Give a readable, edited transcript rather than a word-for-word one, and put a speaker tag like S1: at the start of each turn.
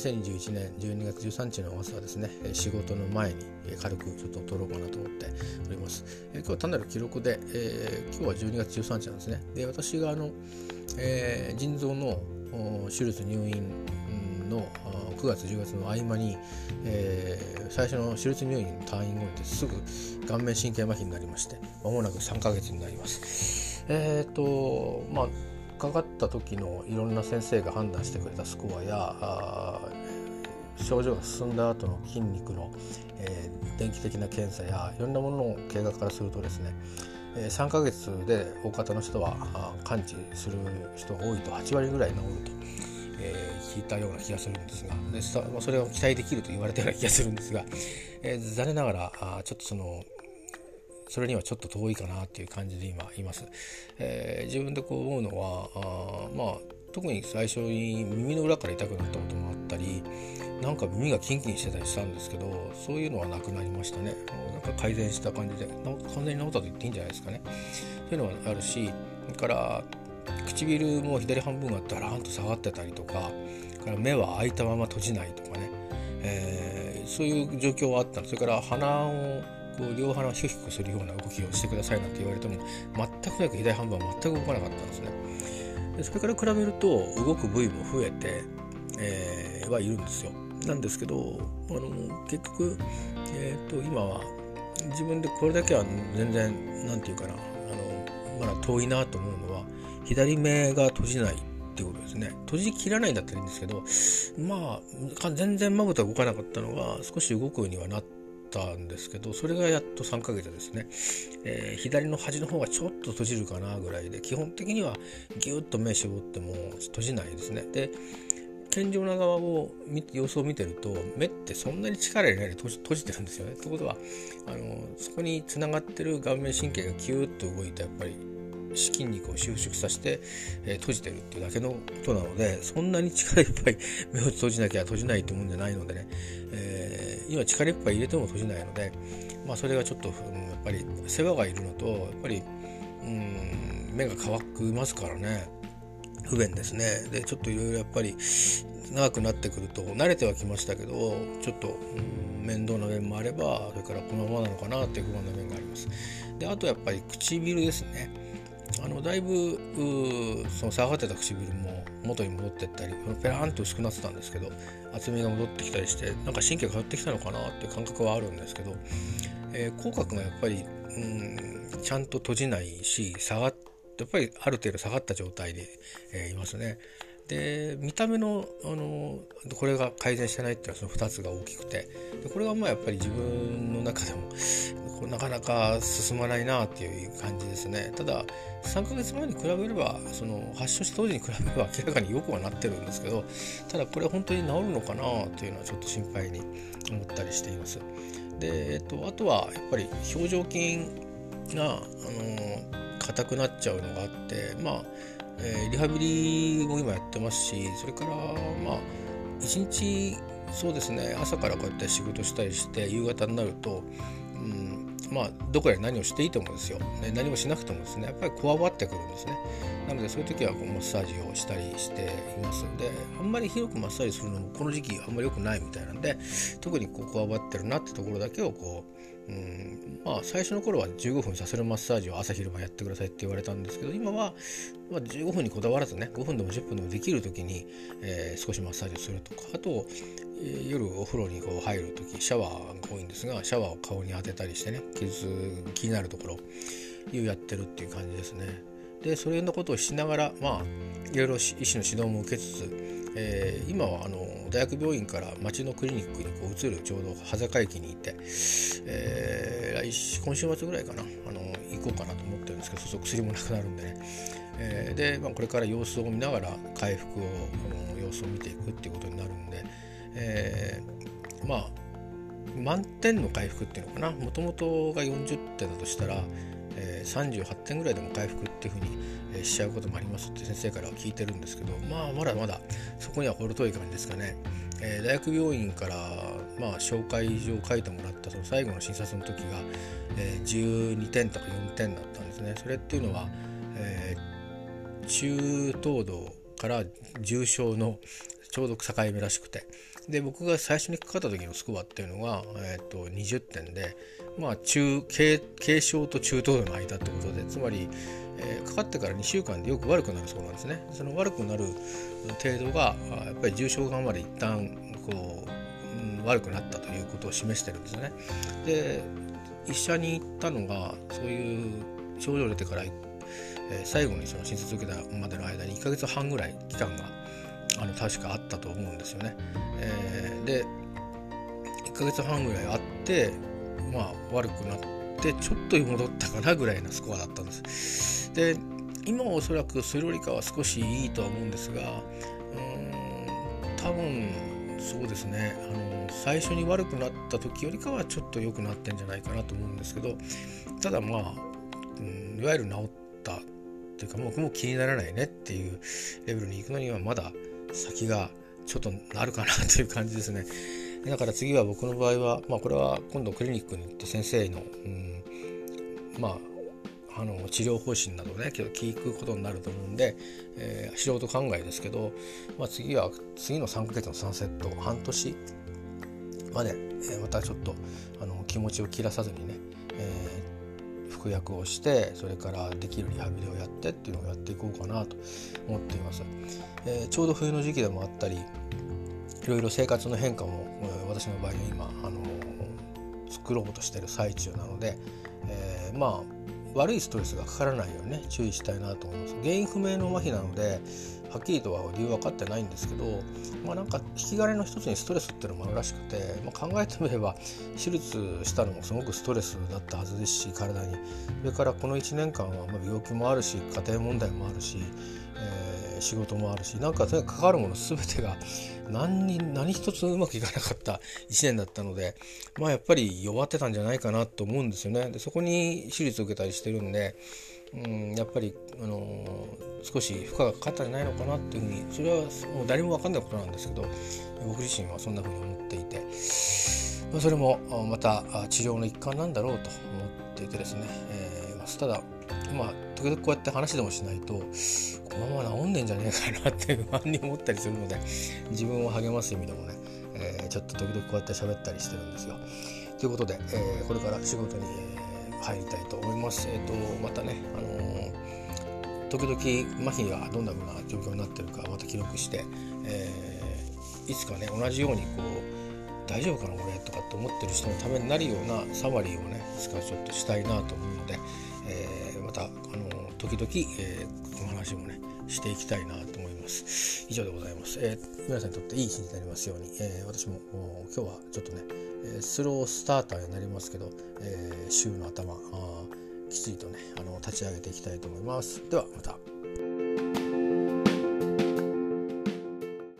S1: 2021年12月13日の朝はですね、仕事の前に軽くちょっと撮ろうかなと思っております。今日は単なる記録で、今日は12月13日なんですね。で、私が腎臓の手術入院の9月10月の合間に、最初の手術入院退院後にすぐ顔面神経麻痺になりまして、間もなく3ヶ月になります。かかった時のいろんな先生が判断してくれたスコアや症状が進んだ後の筋肉の、電気的な検査やいろんなものの経過からするとですね、3ヶ月で大方の人は完治する人が多いと8割ぐらい治ると、聞いたような気がするんですが、それを期待できると言われたような気がするんですが、残念ながらちょっとそれにはちょっと遠いかなという感じで今います。自分でこう思うのは特に最初に耳の裏から痛くなったこともあったり、なんか耳がキンキンしてたりしたんですけど、そういうのはなくなりましたね。なんか改善した感じで完全に治ったと言っていいんじゃないですかね。そういうのはあるし、それから唇も左半分がダラーンと下がってたりとか、目は開いたまま閉じないとかね、そういう状況はあったの。それから鼻を両鼻をヒュッヒュッするような動きをしてくださいなんて言われても全くなく左半分は全く動かなかったんですね。でそれから比べると動く部位も増えて、はいるんですよ。なんですけど結局、今は自分でこれだけは全然なんていうかなまだ遠いなと思うのは、左目が閉じないっていうことですね。閉じ切らないんだったらいいんですけど、全然まぶた動かなかったのが少し動くようにはなったんですけど、それがやっと3ヶ月ですね。左の端の方がちょっと閉じるかなぐらいで、基本的にはギュッと目絞っても閉じないですね。で、健常な側を様子を見てると、目ってそんなに力入れないで閉じてるんですよね。ということはそこにつながってる顔面神経がキューッと動いて、やっぱり筋肉を収縮させて、閉じてるっていうだけのことなので、そんなに力いっぱい目を閉じなきゃ閉じないと思うんじゃないのでね、今力いっぱい入れても閉じないので、それがちょっと、やっぱり世話がいるのと、やっぱり目が乾きますからね、不便ですね。でちょっといろいろやっぱり長くなってくると慣れてはきましたけど、ちょっと面倒な面もあれば、それからこのままなのかなっていう不安な面があります。であとやっぱり唇ですね。だいぶその下がってた唇も元に戻ってったり、ペラーンと薄くなってたんですけど、厚みが戻ってきたりして、なんか神経変わってきたのかなっていう感覚はあるんですけど、口角がやっぱりちゃんと閉じないし、やっぱりある程度下がった状態で、いますね。で見た目のこれが改善してないっていうのはその2つが大きくて、でこれがやっぱり自分の中でもなかなか進まないなっていう感じですね。ただ3ヶ月前に比べれば、その発症した当時に比べれば明らかに良くはなってるんですけど、ただこれ本当に治るのかなというのはちょっと心配に思ったりしています。で、あとはやっぱり表情筋が硬くなっちゃうのがあって、リハビリも今やってますし、それから一日そうですね、朝からこうやって仕事したりして夕方になると、どこで何をしていいと思うんですよ、何もしなくてもですね、やっぱりこわばってくるんですね。なのでそういう時はマッサージをしたりしています。であんまり広くマッサージするのもこの時期あんまり良くないみたいなんで、特にこわばってるなってところだけを最初の頃は15分させるマッサージを朝昼間やってくださいって言われたんですけど、今は15分にこだわらずね、5分でも10分でもできる時に、少しマッサージをするとか、あと、夜お風呂に入る時シャワーが多いんですが、シャワーを顔に当てたりしてね、気になるところをやってるっていう感じですね。でそれのことをしながらいろいろ医師の指導も受けつつ、今は大学病院から町のクリニックに移るちょうど羽坂駅にいて、今週末ぐらいかな行こうかなと思ってるんですけど、そうそう薬もなくなるんでね、でこれから様子を見ながら回復を様子を見ていくっていうことになるんで、満点の回復っていうのかな、もともとが40点だとしたら、38点ぐらいでも回復っていうふうに、しちゃうこともありますって先生からは聞いてるんですけど、まだまだそこには程遠い感じですかね。大学病院から、紹介状を書いてもらったその最後の診察の時が、12点とか4点だったんですね。それっていうのは、中等度から重症のちょうど境目らしくて、 で僕が最初にかかった時のスコアっていうのが、20点で、軽症と中等度の間ってことで、つまり、かかってから2週間でよく悪くなるそうなんですね。その悪くなる程度がやっぱり重症化まで一旦悪くなったということを示してるんですよね。で医者に行ったのがそういう症状出てから、最後にその診察を受けたまでの間に1ヶ月半ぐらい期間が確かあったと思うんですよね。で1ヶ月半ぐらいあって、悪くなってちょっと戻ったかなぐらいのスコアだったんです。で今はおそらくそれよりかは少しいいとは思うんですが、多分そうですね、最初に悪くなった時よりかはちょっと良くなってんじゃないかなと思うんですけど、ただいわゆる治ったっていうか、もう気にならないねっていうレベルに行くのにはまだ先がちょっとあるかなという感じですね。だから次は僕の場合は、これは今度クリニックに行って先生の、治療方針などね聞くことになると思うんで、素人考えですけど、次の3ヶ月の3セット半年まで、またちょっと気持ちを切らさずにね、服薬をして、それからできるリハビリをやってっていうのをやっていこうかなと思っています。ちょうど冬の時期でもあったり、いろいろ生活の変化も、私の場合は今作ろうとしている最中なので、悪いストレスがかからないようにね注意したいなと思います。原因不明の麻痺なのではっきりとは理由分かってないんですけど、なんか引き金の一つにストレスっていうのもあるらしくて、考えてみれば手術したのもすごくストレスだったはずですし、体に。それからこの1年間は病気もあるし、家庭問題もあるし、仕事もあるし、なんか関わるもの全てが何一つうまくいかなかった1年だったので、やっぱり弱ってたんじゃないかなと思うんですよね。でそこに手術を受けたりしてるんで、やっぱり、少し負荷がかかったんじゃないのかなっていうふうに、それはもう誰も分かんないことなんですけど、僕自身はそんなふうに思っていて、それもまた治療の一環なんだろうと思っていてですね、ただ時々こうやって話でもしないと、このまま治んねんじゃねえかなって不安に思ったりするので、自分を励ます意味でもね、ちょっと時々こうやって喋ったりしてるんですよ。ということで、これから仕事に、入りたいと思います。またね、時々麻痺がどんな風な状況になってるかまた記録して、いつかね同じように大丈夫かな俺とかって思ってる人のためになるようなサマリーをねいつかちょっとしたいなと思うので、また時々、この話もねしていきたいなと思います。以上でございます。皆さんにとっていい日になりますように、私も今日はちょっとねスロースターターになりますけど、週の頭きちりとね立ち上げていきたいと思います。ではまた。